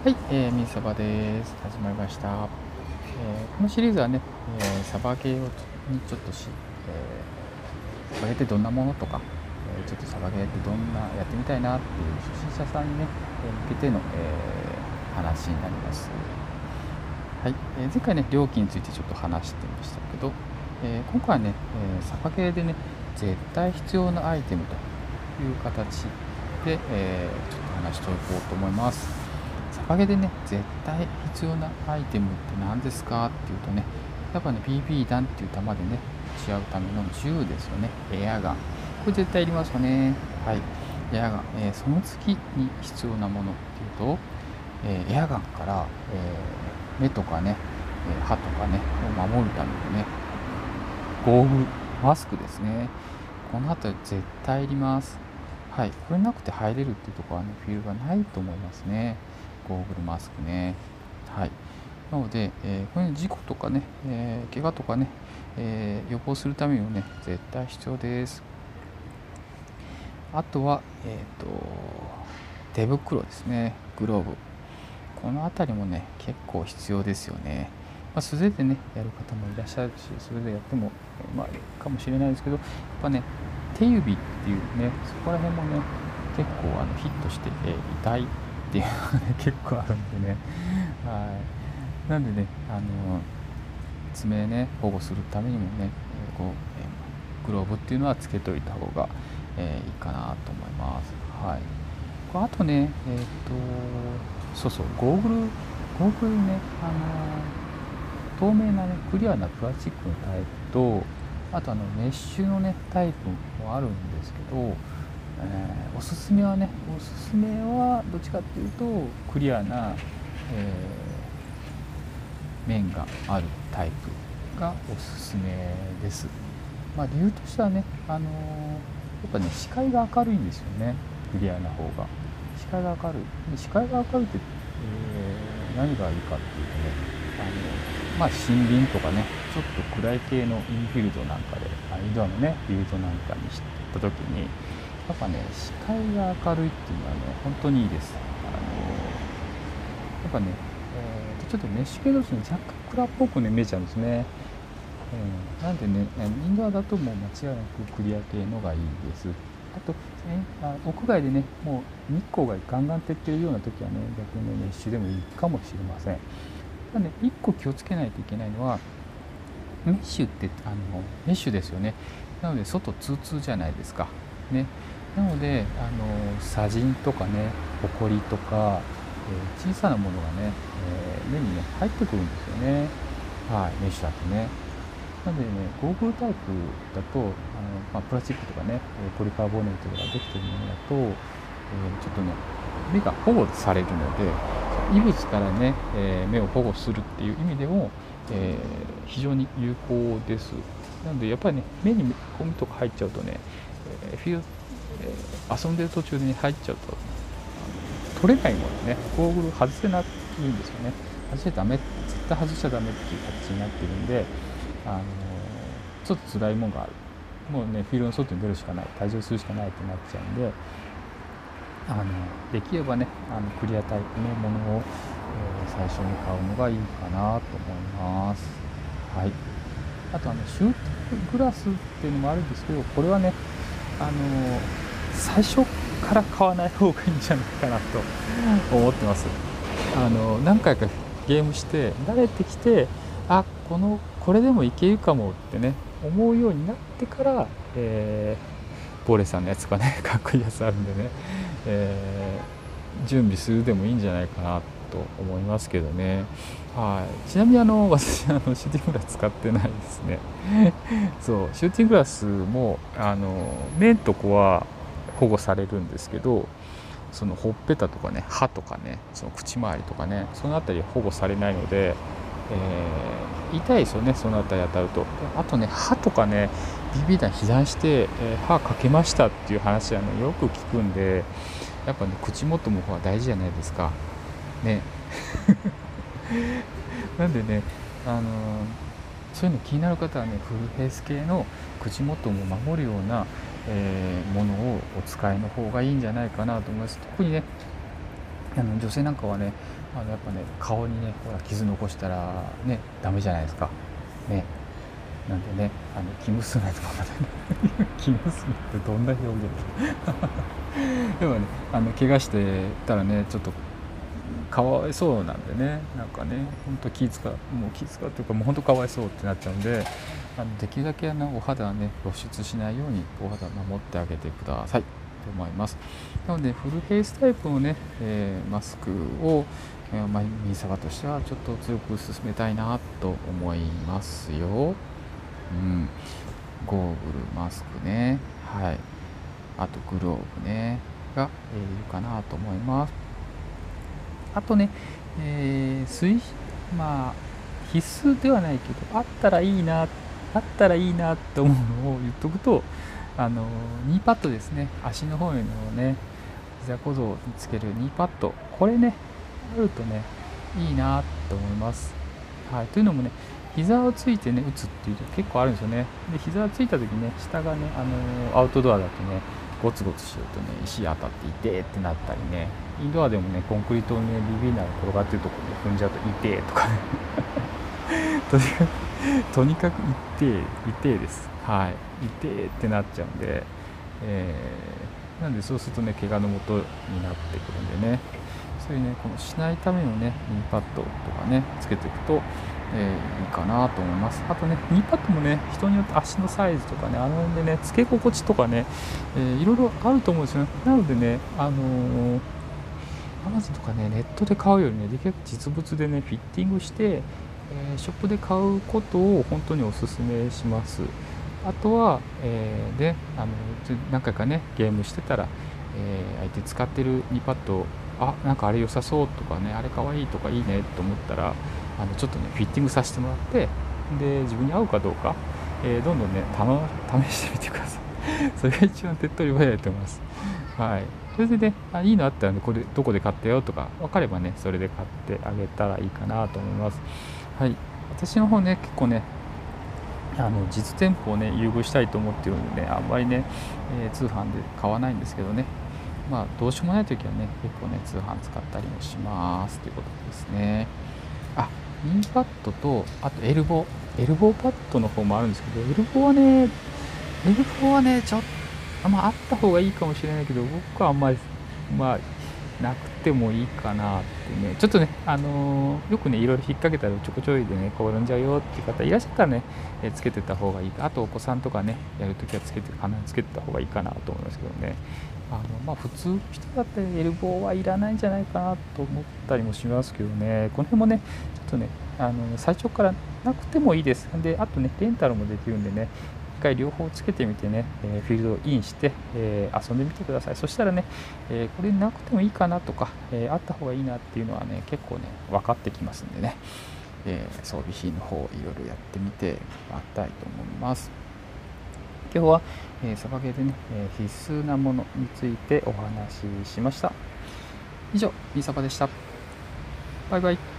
はい、みさばです。始まりました。このシリーズはね、サバゲーにちょっとサバゲーってどんなものとか、ちょっとサバゲーってどんなやってみたいなっていう初心者さんにね、向けての、話になります。はい、前回ね、料金についてちょっと話してましたけど、今回はね、サバゲーでね、絶対必要なアイテムという形で、ちょっと話しておこうと思います。サバゲーでね、絶対必要なアイテムって何ですかっていうとね、やっぱね、BB 弾っていう弾でね、撃ち合うための銃ですよね、エアガン。これ絶対いりますよね。はい。エアガン。その次に必要なものっていうと、エアガンから、目とかね、歯とかね、を守るためのね、ゴーグル、マスクですね。この辺り絶対いります。はい。これなくて入れるっていうところはね、フィールドがないと思いますね。ゴーグルマスクね。はい。なので、これ事故とかね、怪我とかね、予防するためにもね、絶対必要です。あとは、手袋ですね。グローブ。この辺りもね、結構必要ですよね。素手でね、やる方もいらっしゃるし、それでやっても、いいかもしれないですけど、やっぱね、手指っていうね、そこら辺もね、結構ヒットして、痛いっていうのがね、結構あるんでね。はい。なんでね、爪ね、保護するためにもね、グローブっていうのはつけといた方が、いいかなと思います。はい。あとね、そうそう、ゴーグルね、透明なね、クリアなプラスチックのタイプと、あとメッシュのね、タイプもあるんですけど、おすすめはどっちかっていうと、クリアな、面があるタイプがおすすめです。理由としてはね、やっぱね、視界が明るいんですよね、クリアな方が。視界が明るい。視界が明るいって、何がいいかっていうとね、森林とかね、ちょっと暗い系のインフィールドなんかで、インドアのね、フィールドなんかにした時に、やっぱね、視界が明るいっていうのはね、本当にいいです。やっぱね、ちょっとメッシュ系同士に若干暗っぽくね見えちゃうんですね。なんでね、インドアだともう間違いなくクリア系のがいいです。あと、屋外でね、もう日光がガンガン照ってるような時はね、逆にね、メッシュでもいいかもしれません。ただね、1個気をつけないといけないのは、メッシュってメッシュですよね。なので外ツーツーじゃないですか。ね。なので砂塵とかね、ホコリとか、小さなものがね、目にね入ってくるんですよね。はい、メッシュだとね。なのでね、ゴーグルタイプだとプラスチックとかね、ポリカーボネートができているものだと、ちょっとね、目が保護されるので、異物からね、目を保護するっていう意味でも、非常に有効です。なのでやっぱりね、目にゴミとか入っちゃうとね、遊んでる途中で、ね、入っちゃうと取れないものね、ゴーグル外せないんですよね。外しちゃダメ、絶対外しちゃダメっていう形になってるんで、ちょっと辛いもんがある。もうね、フィールドの外に出るしかない、退場するしかないってなっちゃうんで、できればね、クリアタイプのものを、最初に買うのがいいかなと思います。はい。あとシューティンググラスっていうのもあるんですけど、これはね、最初から買わない方がいいんじゃないかなと思ってます。何回かゲームして慣れてきて、これでもいけるかもってね思うようになってから、ボーレさんのやつがねかっこいいやつあるんでね、準備するでもいいんじゃないかなと思いますけどね。はい。ちなみに私シューティンググラス使ってないですね。そうシューティンググラスも目んとこは保護されるんですけど、そのほっぺたとかね、歯とかね、その口周りとかね、その辺りは保護されないので、痛いですよね、その辺り当たると。あとね、歯とかね、BB 弾被弾して、歯かけましたっていう話はね、よく聞くんで、やっぱね、口元も大事じゃないですか。ね。なんでね、そういうの気になる方はね、フルフェイス系の口元も守るような、ものをお使いの方がいいんじゃないかなと思います。特にね、 女性なんかはね、やっぱね、顔にね、ほら傷残したらね、ダメじゃないですか。ね。なんでね、生娘とかね、生娘ってどんな表現でもね、怪我してたらね、ちょっとかわいそうなんでね、なんかね、ほんと気遣うっていうか、もうほんとかわいそうってなっちゃうんで、できるだけお肌はね、露出しないようにお肌を守ってあげてくださいと思います。なのでフルフェイスタイプのね、マスクを、ミニサバとしてはちょっと強く進めたいなと思いますよ。ゴーグル、マスクね、はい、あとグローブねが、いるかなと思います。あとね、必須ではないけど、あったらいいなと思うのを言っとくと、ニーパッドですね。足の方へのね、膝小僧につけるニーパッド、これね、あるとね、いいなと思います。はい、というのもね、膝をついてね、打つっていうと結構あるんですよね。で、膝をついた時ね、下がね、アウトドアだとね、ゴツゴツしようとね、石当たって痛ってなったりね、インドアでもね、コンクリートにね、ビビーナが転がってるところで踏んじゃうと痛とかねとにかく痛です。はい、痛ってなっちゃうんで、なんでそうするとね、怪我のもとになってくるんでね、そういうね、このしないためのね、ニーパッドとかね、つけていくと、いいかなと思います。あとね、ニーパッドもね、人によって足のサイズとかね、辺でね、つけ心地とかね、いろいろあると思うんですよね。なのでね、Amazon とかね、ネットで買うよりね、できるだけ実物でね、フィッティングして、ショップで買うことを本当にお勧めします。あとは、何回かね、ゲームしてたら、相手使ってるニーパッド、なんかあれ良さそうとかね、あれかわいいとかいいねと思ったら、ちょっとね、フィッティングさせてもらって、で、自分に合うかどうか、どんどんね、試してみてください。それが一番手っ取り早いと思います。はい。それでね、いいのあったらね、これどこで買ったよとか分かればね、それで買ってあげたらいいかなと思います。はい。私の方ね、結構ね、実店舗をね、優遇したいと思ってるんでね、あんまりね、通販で買わないんですけどね、どうしようもない時はね、結構ね、通販使ったりもしますということですね。ニーパッドと、あとエルボーパッドの方もあるんですけど、エルボーはね、ちょっと、あった方がいいかもしれないけど、僕はあんまり、なくてもいいかなってね、ちょっとね、よくね、いろいろ引っ掛けたらちょこちょいでね、転んじゃうよっていう方いらっしゃったらね、つけてた方がいいか、あとお子さんとかね、やるときは必ずつけてた方がいいかなと思いますけどね。普通の人だったらエルボーはいらないんじゃないかなと思ったりもしますけどね、この辺もね、ちょっとね、最初からなくてもいいです。で、あとね、レンタルもできるんでね、一回両方つけてみてね、フィールドをインして、遊んでみてください。そしたらね、これなくてもいいかなとか、あった方がいいなっていうのはね、結構ね、分かってきますんでね、装備品の方いろいろやってみてもらいたいと思います。今日は、サバゲーでね、必須なものについてお話ししました。以上、みさばでした。バイバイ。